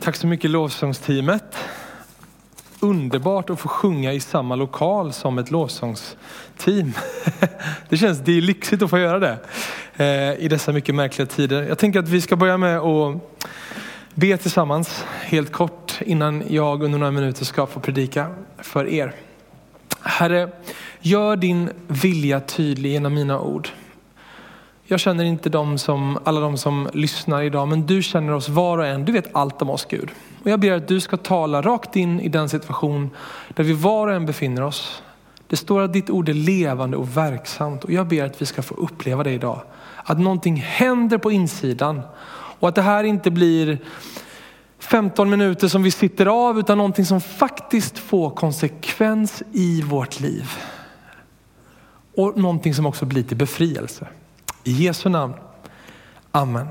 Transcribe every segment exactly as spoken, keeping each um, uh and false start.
Tack så mycket lovsångsteamet. Underbart att få sjunga i samma lokal som ett lovsångsteam. Det känns, det är lyxigt att få göra det eh, i dessa mycket märkliga tider. Jag tänker att vi ska börja med att be tillsammans helt kort innan jag under några minuter ska få predika för er. Herre, gör din vilja tydlig genom mina ord. Jag känner inte dem som, alla de som lyssnar idag, men du känner oss var och en. Du vet allt om oss, Gud. Och jag ber att du ska tala rakt in i den situation där vi var och en befinner oss. Det står att ditt ord är levande och verksamt. Och jag ber att vi ska få uppleva det idag. Att någonting händer på insidan. Och att det här inte blir femton minuter som vi sitter av, utan någonting som faktiskt får konsekvens i vårt liv. Och någonting som också blir till befrielse. I Jesu namn. Amen.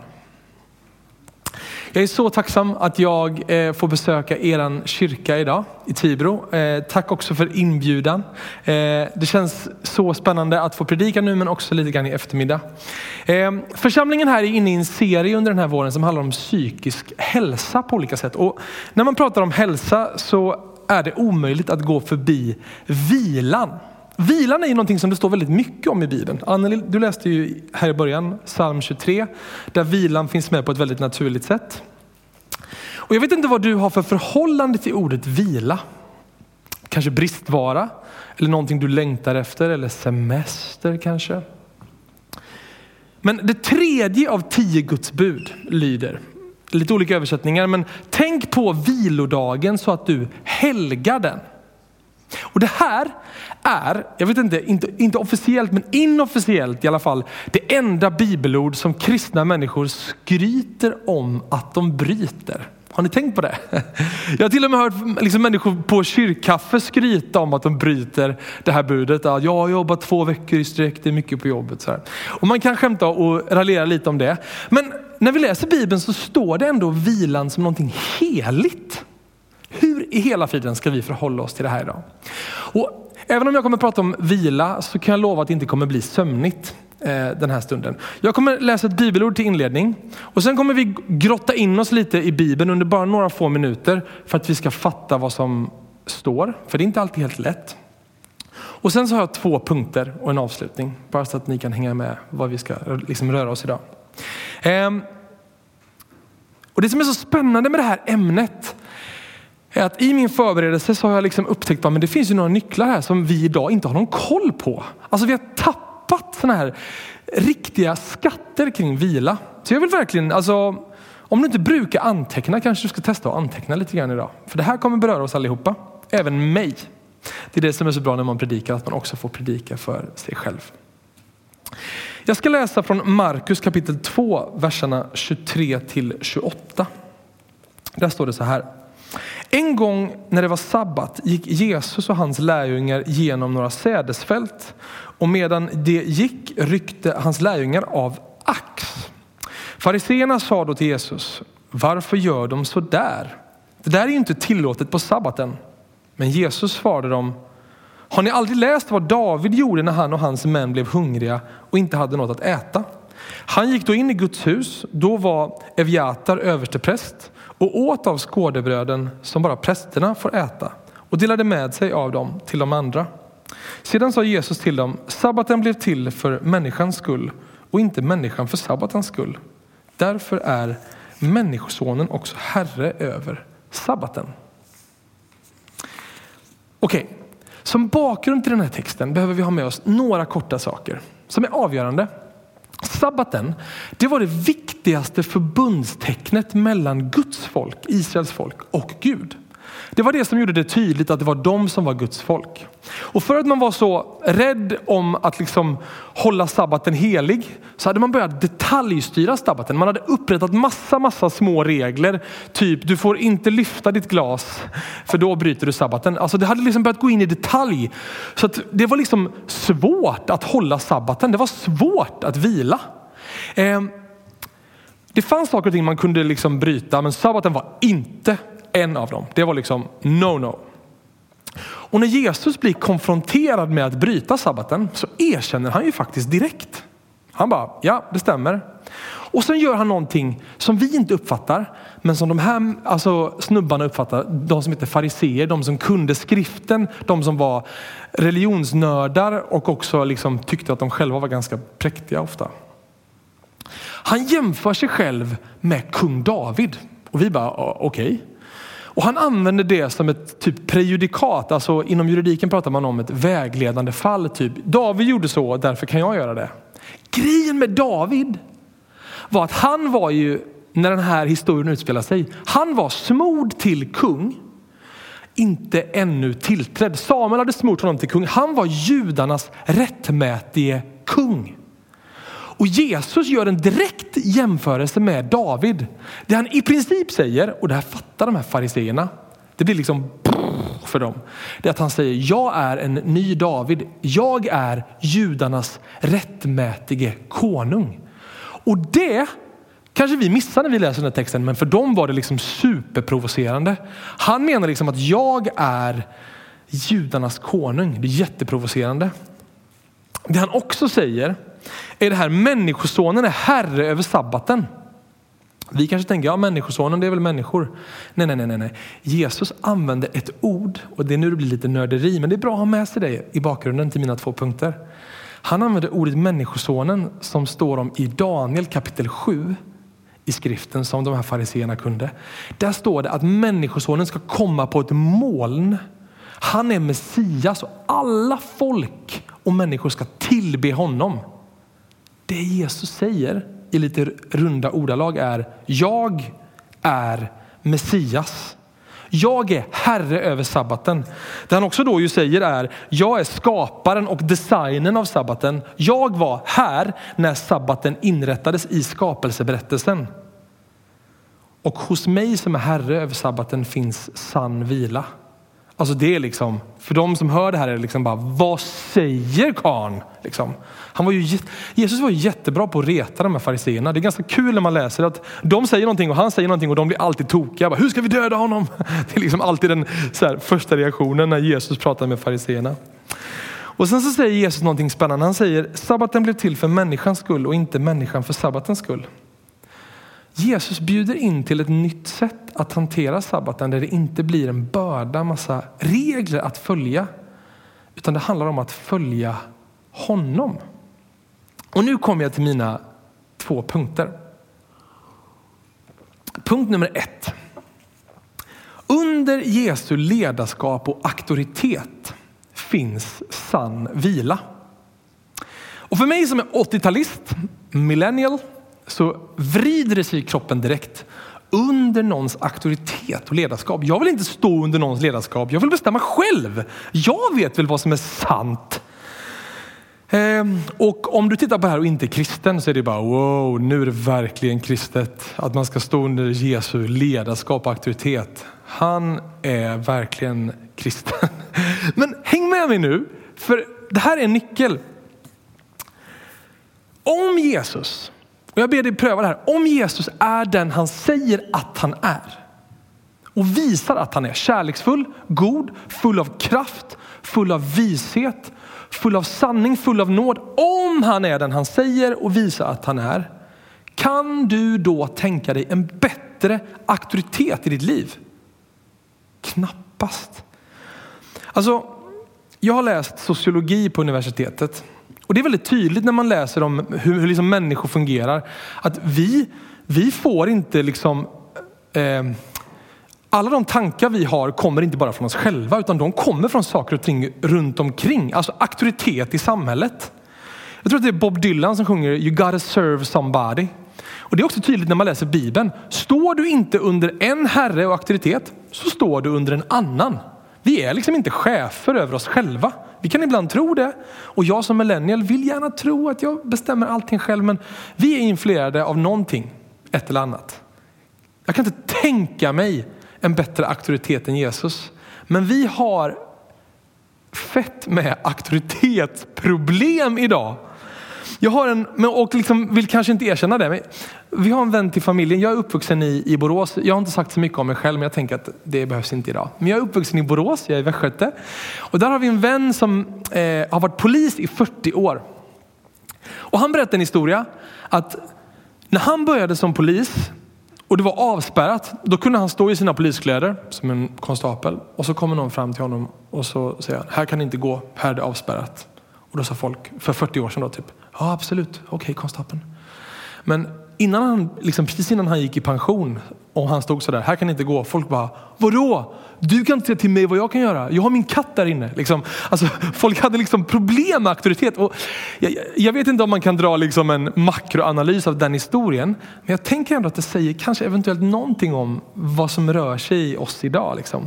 Jag är så tacksam att jag eh, får besöka eran kyrka idag i Tibro. Eh, tack också för inbjudan. Eh, det känns så spännande att få predika nu, men också lite grann i eftermiddag. Eh, församlingen här är inne i en serie under den här våren som handlar om psykisk hälsa på olika sätt. Och när man pratar om hälsa så är det omöjligt att gå förbi vilan. Vilan är ju någonting som det står väldigt mycket om i Bibeln. Anneli, du läste ju här i början psalm tjugotre, där vilan finns med på ett väldigt naturligt sätt. Och jag vet inte vad du har för förhållande till ordet vila. Kanske bristvara, eller någonting du längtar efter, eller semester kanske. Men det tredje av tio Guds bud lyder, lite olika översättningar, men tänk på vilodagen så att du helgar den. Och det här är, jag vet inte, inte, inte officiellt men inofficiellt i alla fall, det enda bibelord som kristna människor skryter om att de bryter. Har ni tänkt på det? Jag har till och med hört liksom, människor på kyrkkaffe skryta om att de bryter det här budet. Ja, jag har jobbat två veckor i sträck, det är mycket på jobbet. Så här. Och man kan skämta och raljera lite om det. Men när vi läser Bibeln så står det ändå vilan som någonting heligt. Hur i hela friden ska vi förhålla oss till det här idag? Och även om jag kommer att prata om vila så kan jag lova att det inte kommer bli sömnigt eh, den här stunden. Jag kommer läsa ett bibelord till inledning. Och sen kommer vi grotta in oss lite i Bibeln under bara några få minuter. För att vi ska fatta vad som står. För det är inte alltid helt lätt. Och sen så har jag två punkter och en avslutning. Bara så att ni kan hänga med vad vi ska liksom röra oss idag. Eh, och det som är så spännande med det här ämnet är att i min förberedelse så har jag liksom upptäckt att det finns ju några nycklar här som vi idag inte har någon koll på. Alltså vi har tappat såna här riktiga skatter kring vila. Så jag vill verkligen, alltså om du inte brukar anteckna kanske du ska testa att anteckna lite grann idag. För det här kommer beröra oss allihopa, även mig. Det är det som är så bra när man predikar, att man också får predika för sig själv. Jag ska läsa från Markus kapitel två, verserna tjugotre till tjugoåtta. Där står det så här. En gång när det var sabbat gick Jesus och hans lärjungar genom några sädesfält. Och medan det gick ryckte hans lärjungar av ax. Fariseerna sa då till Jesus: varför gör de så där? Det där är ju inte tillåtet på sabbaten. Men Jesus svarade dem: har ni aldrig läst vad David gjorde när han och hans män blev hungriga och inte hade något att äta? Han gick då in i Guds hus, då var Evjatar överstepräst, och åt av skådebröden som bara prästerna får äta och delade med sig av dem till de andra. Sedan sa Jesus till dem: sabbaten blev till för människans skull och inte människan för sabbatens skull. Därför är människosonen också herre över sabbaten. Okej, okay. Som bakgrund till den här texten behöver vi ha med oss några korta saker som är avgörande. Sabbaten, det var det viktigaste förbundstecknet mellan Guds folk, Israels folk och Gud. Det var det som gjorde det tydligt att det var de som var Guds folk. Och för att man var så rädd om att liksom hålla sabbaten helig så hade man börjat detaljstyra sabbaten. Man hade upprättat massa, massa små regler. Typ, du får inte lyfta ditt glas för då bryter du sabbaten. Alltså det hade liksom börjat gå in i detalj. Så att det var liksom svårt att hålla sabbaten. Det var svårt att vila. Eh, det fanns saker och ting man kunde liksom bryta, men sabbaten var inte en av dem. Det var liksom no no. Och när Jesus blir konfronterad med att bryta sabbaten så erkänner han ju faktiskt direkt. Han bara, ja det stämmer. Och sen gör han någonting som vi inte uppfattar, men som de här alltså, snubbarna uppfattar. De som heter fariseer, de som kunde skriften, de som var religionsnördar och också liksom tyckte att de själva var ganska präktiga ofta. Han jämför sig själv med kung David. Och vi bara, okej. Okay. Och han använder det som ett typ prejudikat. Alltså inom juridiken pratar man om ett vägledande fall. Typ, David gjorde så, därför kan jag göra det. Grejen med David var att han var ju, när den här historien utspelar sig, han var smord till kung, inte ännu tillträdd. Samuel hade smort honom till kung. Han var judarnas rättmätige kung. Och Jesus gör en direkt jämförelse med David. Det han i princip säger, och det här fattar de här fariseerna, det blir liksom för dem. Det är att han säger, jag är en ny David. Jag är judarnas rättmätige konung. Och det kanske vi missar när vi läser den här texten, men för dem var det liksom superprovocerande. Han menar liksom att jag är judarnas konung. Det är jätteprovocerande. Det han också säger är det här, människosonen är herre över sabbaten. Vi kanske tänker, ja människosonen det är väl människor. Nej, nej, nej, nej. Jesus använder ett ord, och det är nu det blir lite nörderi, men det är bra att ha med sig det i bakgrunden till mina två punkter. Han använder ordet människosonen som står om i Daniel kapitel sju i skriften som de här fariseerna kunde. Där står det att människosonen ska komma på ett moln. Han är Messias och alla folk och människor ska tillbe honom. Det Jesus säger i lite runda ordalag är, jag är Messias. Jag är herre över sabbaten. Det han också då ju säger är, jag är skaparen och designen av sabbaten. Jag var här när sabbaten inrättades i skapelseberättelsen. Och hos mig som är herre över sabbaten finns sann vila. Alltså det är liksom, för de som hör det här är det liksom bara, vad säger karln? Liksom. Han var ju, Jesus var ju jättebra på att reta de här fariseerna. Det är ganska kul när man läser att de säger någonting och han säger någonting och de blir alltid tokiga. Bara, hur ska vi döda honom? Det är liksom alltid den så här, första reaktionen när Jesus pratar med fariseerna. Och sen så säger Jesus någonting spännande. Han säger, sabbaten blev till för människans skull och inte människan för sabbatens skull. Jesus bjuder in till ett nytt sätt att hantera sabbaten där det inte blir en börda, massa regler att följa. Utan det handlar om att följa honom. Och nu kommer jag till mina två punkter. Punkt nummer ett. Under Jesu ledarskap och auktoritet finns sann vila. Och för mig som är åttiotalist, millennial, så vrider det sig i kroppen direkt under någons auktoritet och ledarskap. Jag vill inte stå under någons ledarskap. Jag vill bestämma själv. Jag vet väl vad som är sant. Ehm, och om du tittar på det här och inte är kristen så är det bara wow, nu är det verkligen kristet. Att man ska stå under Jesu ledarskap och auktoritet. Han är verkligen kristen. Men häng med mig nu, för det här är en nyckel. Om Jesus, och jag ber dig pröva det här. Om Jesus är den han säger att han är och visar att han är kärleksfull, god, full av kraft, full av vishet, full av sanning, full av nåd. Om han är den han säger och visar att han är, kan du då tänka dig en bättre auktoritet i ditt liv? Knappast. Alltså, jag har läst sociologi på universitetet. Och det är väldigt tydligt när man läser om hur, hur liksom människor fungerar. Att vi, vi får inte liksom... Eh, alla de tankar vi har kommer inte bara från oss själva. Utan de kommer från saker och ting runt omkring. Alltså auktoritet i samhället. Jag tror att det är Bob Dylan som sjunger You gotta serve somebody. Och det är också tydligt när man läser Bibeln. Står du inte under en herre och auktoritet så står du under en annan. Vi är liksom inte chefer över oss själva. Vi kan ibland tro det. Och jag som millennial vill gärna tro att jag bestämmer allting själv. Men vi är influerade av någonting, ett eller annat. Jag kan inte tänka mig en bättre auktoritet än Jesus. Men vi har fett med auktoritetsproblem idag. Jag har en, och liksom vill kanske inte erkänna det. Men vi har en vän till familjen. Jag är uppvuxen i, i Borås. Jag har inte sagt så mycket om mig själv, men jag tänker att det behövs inte idag. Men jag är uppvuxen i Borås, jag är i Västgöte. Och där har vi en vän som eh, har varit polis i fyrtio år. Och han berättade en historia att när han började som polis och det var avspärrat, då kunde han stå i sina poliskläder som en konstapel. Och så kommer någon fram till honom och så säger han, här kan ni inte gå, här är det avspärrat. Och då sa folk, för fyrtio år sedan då typ, ja absolut, okej okay, konstapeln. Men innan han, liksom, precis innan han gick i pension och han stod så där, här kan ni inte gå. Folk bara, vadå? Du kan inte säga till mig vad jag kan göra. Jag har min katt där inne. Liksom, alltså, folk hade liksom problem med auktoritet. Och jag, jag vet inte om man kan dra liksom en makroanalys av den historien. Men jag tänker ändå att det säger kanske eventuellt någonting om vad som rör sig i oss idag. Liksom.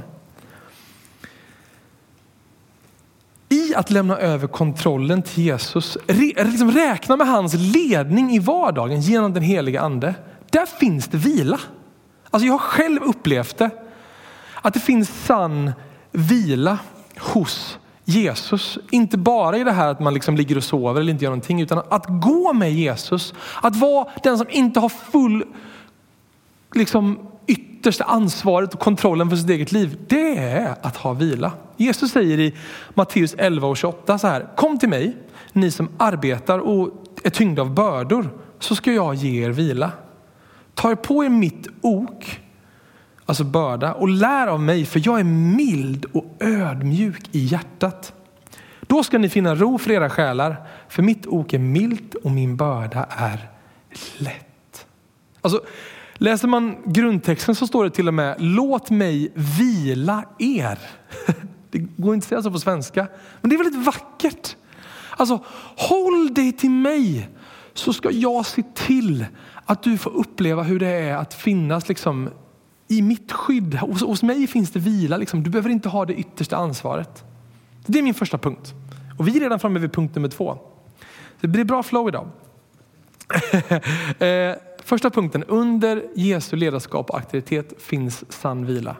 I att lämna över kontrollen till Jesus, re, liksom räkna med hans ledning i vardagen genom den heliga ande. Där finns det vila. Alltså jag har själv upplevt det. Att det finns sann vila hos Jesus. Inte bara i det här att man liksom ligger och sover eller inte gör någonting. Utan att gå med Jesus. Att vara den som inte har full liksom, yttersta ansvaret och kontrollen för sitt eget liv. Det är att ha vila. Jesus säger i Matteus elva och tjugoåtta så här. Kom till mig, ni som arbetar och är tyngda av bördor. Så ska jag ge er vila. Ta er på er mitt ok. Alltså börda, och lär av mig, för jag är mild och ödmjuk i hjärtat. Då ska ni finna ro för era själar, för mitt ok är milt och min börda är lätt. Alltså, läser man grundtexten så står det till och med, låt mig vila er. Det går inte att säga så på svenska, men det är väldigt vackert. Alltså, håll dig till mig så ska jag se till att du får uppleva hur det är att finnas liksom i mitt skydd. Hos, hos mig finns det vila. Liksom. Du behöver inte ha det yttersta ansvaret. Det är min första punkt. Och vi är redan framme vid punkt nummer två. Det blir bra flow idag. eh, första punkten. Under Jesu ledarskap och aktivitet finns sann vila.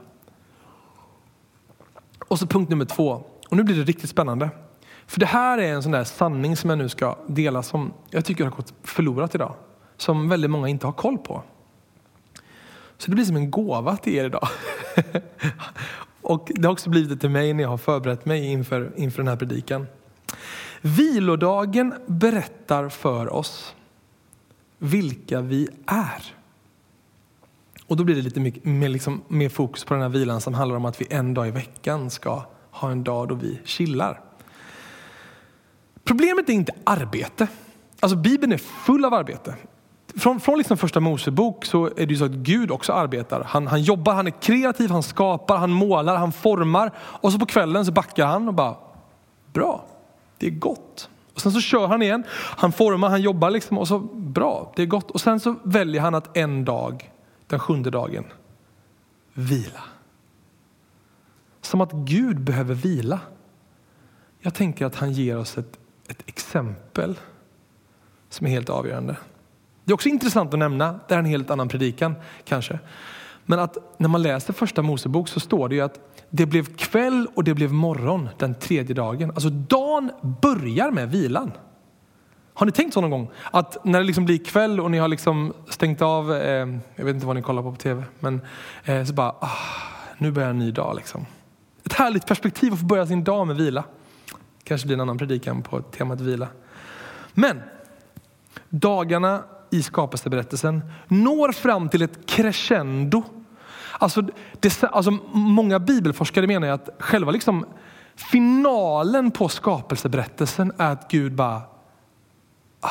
Och så punkt nummer två. Och nu blir det riktigt spännande. För det här är en sån där sanning som jag nu ska dela som jag tycker har gått förlorat idag. Som väldigt många inte har koll på. Så det blir som en gåva till er idag. Och det har också blivit det till mig när jag har förberett mig inför, inför den här predikan. Vilodagen berättar för oss vilka vi är. Och då blir det lite mycket, mer, liksom, mer fokus på den här vilan som handlar om att vi en dag i veckan ska ha en dag då vi chillar. Problemet är inte arbete. Alltså Bibeln är full av arbete. Från, från liksom första Mosebok så är det ju så att Gud också arbetar. Han, han jobbar, han är kreativ, han skapar, han målar, han formar. Och så på kvällen så backar han och bara, bra, det är gott. Och sen så kör han igen, han formar, han jobbar liksom och så, bra, det är gott. Och sen så väljer han att en dag, den sjunde dagen, vila. Som att Gud behöver vila. Jag tänker att han ger oss ett, ett exempel som är helt avgörande. Det är också intressant att nämna, det är en helt annan predikan kanske. Men att när man läser första Mosebok så står det ju att det blev kväll och det blev morgon den tredje dagen. Alltså dagen börjar med vilan. Har ni tänkt så någon gång? Att när det liksom blir kväll och ni har liksom stängt av, eh, jag vet inte vad ni kollar på på tv. Men eh, så bara, ah, nu börjar en ny dag liksom. Ett härligt perspektiv att få börja sin dag med vila. Kanske blir en annan predikan på temat vila. Men dagarna i skapelseberättelsen når fram till ett crescendo. Alltså, det, alltså många bibelforskare menar att själva liksom finalen på skapelseberättelsen är att Gud bara ah,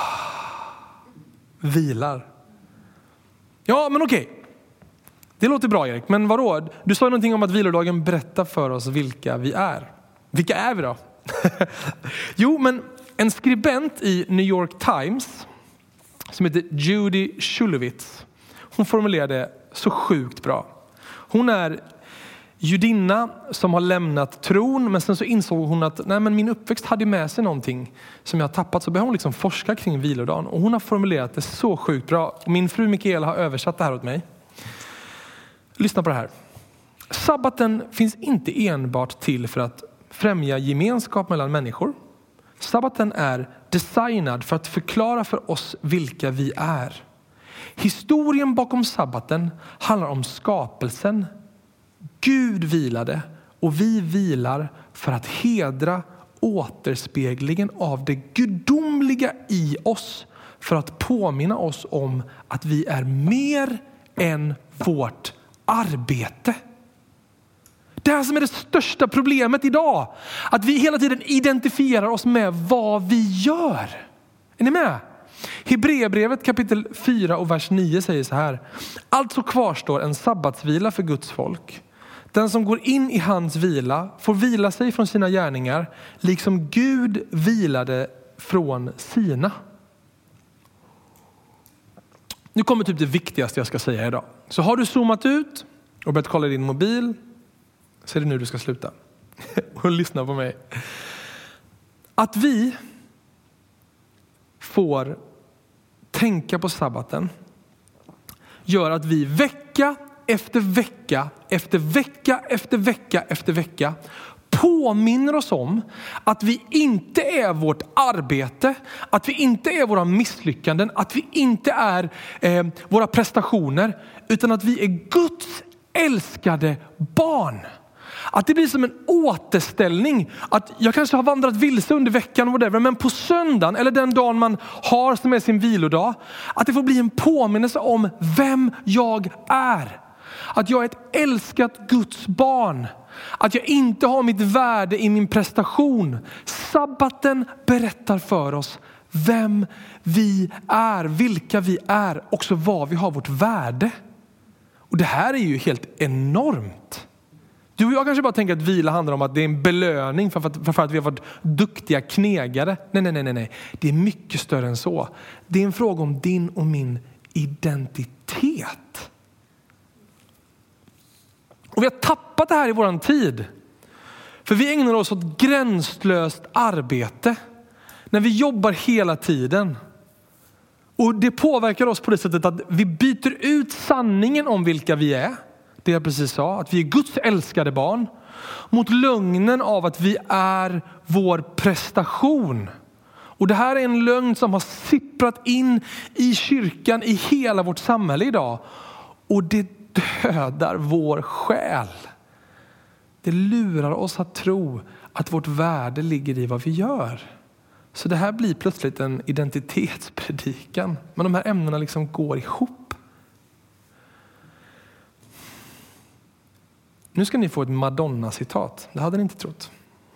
vilar. Ja, men okej. Det låter bra, Erik. Men vadå? Du sa någonting om att vilodagen berättar för oss vilka vi är. Vilka är vi då? Jo, men en skribent i New York Times som heter Judy Shulevitz, hon formulerade så sjukt bra. Hon är judinna som har lämnat tron, men sen så insåg hon att nej, men min uppväxt hade med sig någonting som jag har tappat. Så började hon liksom forska kring vilodagen och hon har formulerat det så sjukt bra. Min fru Mikaela har översatt det här åt mig. Lyssna på det här. Sabbaten finns inte enbart till för att främja gemenskap mellan människor. Sabbaten är designad för att förklara för oss vilka vi är. Historien bakom sabbaten handlar om skapelsen. Gud vilade och vi vilar för att hedra återspeglingen av det gudomliga heliga i oss för att påminna oss om att vi är mer än vårt arbete. Det här som är det största problemet idag. Att vi hela tiden identifierar oss med vad vi gör. Är ni med? Hebreerbrevet kapitel fyra och vers nio säger så här. Alltså kvarstår en sabbatsvila för Guds folk. Den som går in i hans vila får vila sig från sina gärningar, liksom Gud vilade från sina. Nu kommer typ det viktigaste jag ska säga idag. Så har du zoomat ut och börjat kolla din mobil, så är det nu du ska sluta. Och lyssna på mig. Att vi får tänka på sabbaten gör att vi vecka efter vecka, efter vecka, efter vecka, efter vecka påminner oss om att vi inte är vårt arbete, att vi inte är våra misslyckanden, att vi inte är eh, våra prestationer, utan att vi är Guds älskade barn. Att det blir som en återställning. Att jag kanske har vandrat vilse under veckan, whatever, men på söndagen eller den dagen man har som är sin vilodag, att det får bli en påminnelse om vem jag är. Att jag är ett älskat Guds barn. Att jag inte har mitt värde i min prestation. Sabbaten berättar för oss vem vi är, vilka vi är, också vad vi har vårt värde. Och det här är ju helt enormt. Du och jag kanske bara tänker att vila handlar om att det är en belöning för att, för att vi har varit duktiga knegare. Nej, nej, nej, nej. Det är mycket större än så. Det är en fråga om din och min identitet. Och vi har tappat det här i våran tid. För vi ägnar oss åt gränslöst arbete. När vi jobbar hela tiden. Och det påverkar oss på det sättet att vi byter ut sanningen om vilka vi är. Det jag precis sa, att vi är Guds älskade barn. Mot lögnen av att vi är vår prestation. Och det här är en lögn som har sipprat in i kyrkan i hela vårt samhälle idag. Och det dödar vår själ. Det lurar oss att tro att vårt värde ligger i vad vi gör. Så det här blir plötsligt en identitetspredikan. Men de här ämnena liksom går ihop. Nu ska ni få ett Madonna-citat. Det hade ni inte trott.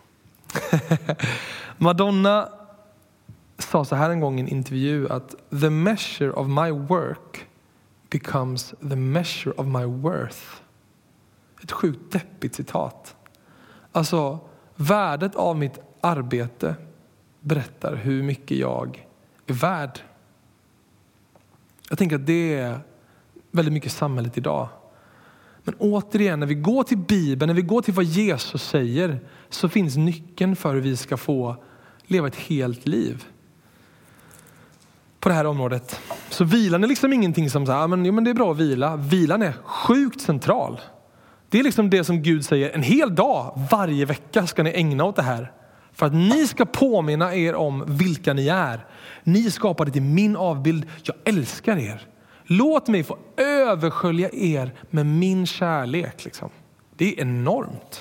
Madonna sa så här en gång i en intervju att the measure of my work becomes the measure of my worth. Ett sjukt deppigt citat. Alltså, värdet av mitt arbete berättar hur mycket jag är värd. Jag tänker att det är väldigt mycket samhället idag. Men återigen, när vi går till Bibeln, när vi går till vad Jesus säger, så finns nyckeln för hur vi ska få leva ett helt liv på det här området. Så vilan är liksom ingenting som så här, men, jo, men det är bra att vila. Vilan är sjukt central. Det är liksom det som Gud säger, en hel dag, varje vecka ska ni ägna åt det här. För att ni ska påminna er om vilka ni är. Ni skapade till min avbild, jag älskar er. Låt mig få överskölja er med min kärlek. Liksom. Det är enormt.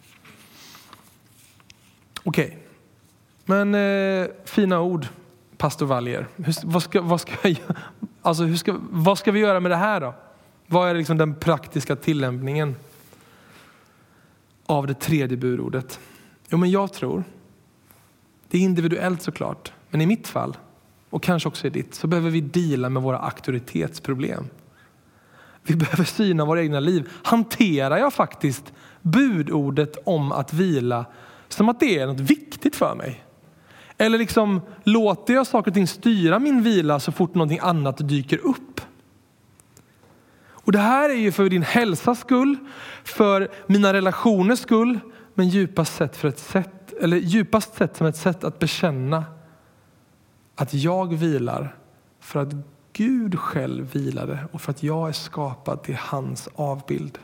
Okej. Okay. Men eh, fina ord, pastor Valjer. Hur, vad, ska, vad, ska jag, alltså, hur ska, vad ska vi göra med det här då? Vad är liksom den praktiska tillämpningen av det tredje budordet? Jo, men jag tror, det är individuellt såklart, men i mitt fall och kanske också i ditt, så behöver vi dela med våra auktoritetsproblem. Vi behöver syna våra egna liv. Hanterar jag faktiskt budordet om att vila som att det är något viktigt för mig? Eller liksom låter jag saker och ting styra min vila så fort någonting annat dyker upp? Och det här är ju för din hälsas skull, för mina relationers skull, men djupast sett för ett sätt, eller djupast sett som ett sätt att bekänna att jag vilar för att Gud själv vilade och för att jag är skapad till hans avbild.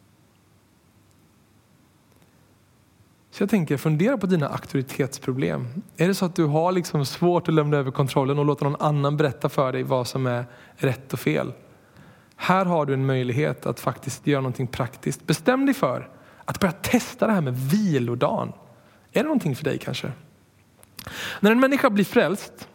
Så jag tänker, fundera på dina auktoritetsproblem. Är det så att du har liksom svårt att lämna över kontrollen och låta någon annan berätta för dig vad som är rätt och fel? Här har du en möjlighet att faktiskt göra någonting praktiskt. Bestäm dig för att börja testa det här med vilodagen. Är det någonting för dig kanske? När en människa blir frälst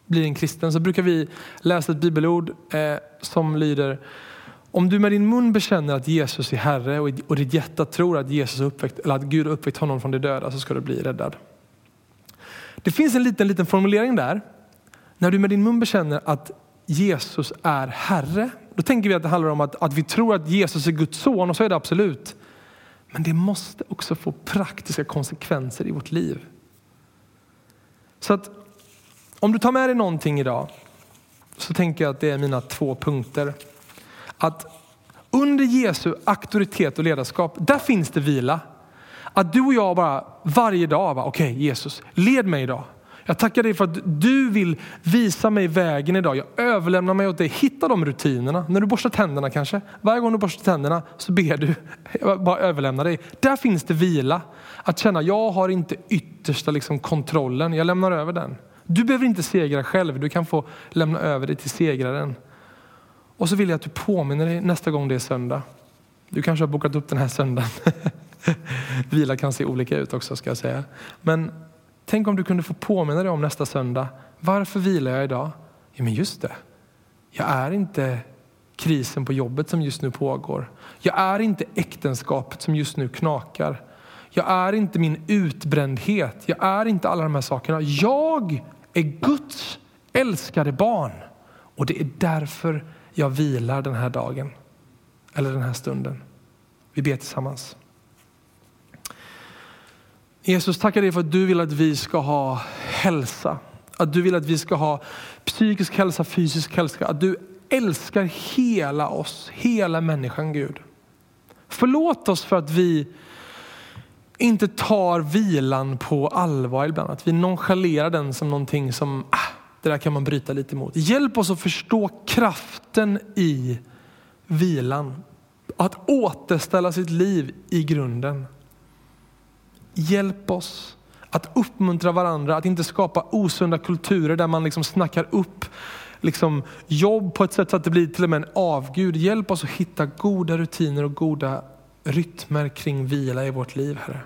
blir en kristen så brukar vi läsa ett bibelord eh, som lyder: om du med din mun bekänner att Jesus är Herre och, och ditt hjärta tror att Jesus är uppväckt, eller att Gud har uppväckt honom från de döda, så ska du bli räddad. Det finns en liten, liten formulering där. När du med din mun bekänner att Jesus är Herre, då tänker vi att det handlar om att, att vi tror att Jesus är Guds son, och så är det absolut. Men det måste också få praktiska konsekvenser i vårt liv. Så att om du tar med dig någonting idag, så tänker jag att det är mina två punkter. Att under Jesu auktoritet och ledarskap, där finns det vila. Att du och jag bara varje dag, okej okay, Jesus, led mig idag. Jag tackar dig för att du vill visa mig vägen idag. Jag överlämnar mig åt dig. Hitta de rutinerna. När du borstar tänderna kanske. Varje gång du borstar tänderna så ber du. Jag bara överlämna dig. Där finns det vila. Att känna, jag har inte yttersta liksom, kontrollen. Jag lämnar över den. Du behöver inte segra själv. Du kan få lämna över dig till segraren. Och så vill jag att du påminner dig nästa gång det är söndag. Du kanske har bokat upp den här söndagen. Vila kan se olika ut också, ska jag säga. Men tänk om du kunde få påminna dig om nästa söndag. Varför vilar jag idag? Ja, men just det. Jag är inte krisen på jobbet som just nu pågår. Jag är inte äktenskapet som just nu knakar. Jag är inte min utbrändhet. Jag är inte alla de här sakerna. Jag är Guds älskade barn. Och det är därför jag vilar den här dagen. Eller den här stunden. Vi ber tillsammans. Jesus, tackar dig för att du vill att vi ska ha hälsa. Att du vill att vi ska ha psykisk hälsa, fysisk hälsa. Att du älskar hela oss, hela människan, Gud. Förlåt oss för att vi inte tar vilan på allvar ibland. Att vi nonchalerar den som någonting som, ah, det där kan man bryta lite emot. Hjälp oss att förstå kraften i vilan. Att återställa sitt liv i grunden. Hjälp oss att uppmuntra varandra, att inte skapa osunda kulturer där man liksom snackar upp liksom jobb på ett sätt så att det blir till och med en avgud. Hjälp oss att hitta goda rutiner och goda rytmer kring vila i vårt liv, Herre.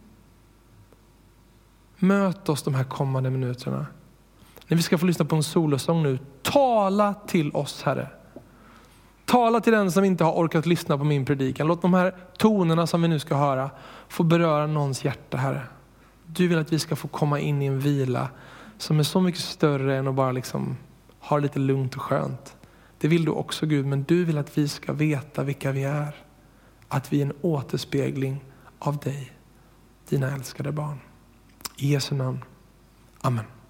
Möt oss de här kommande minuterna. När vi ska få lyssna på en solosång nu, tala till oss, Herre. Tala till den som inte har orkat lyssna på min predikan. Låt de här tonerna som vi nu ska höra få beröra någons hjärta, Herre. Du vill att vi ska få komma in i en vila som är så mycket större än att bara liksom ha lite lugnt och skönt. Det vill du också, Gud, men du vill att vi ska veta vilka vi är. Att vi är en återspegling av dig, dina älskade barn. I Jesu namn. Amen.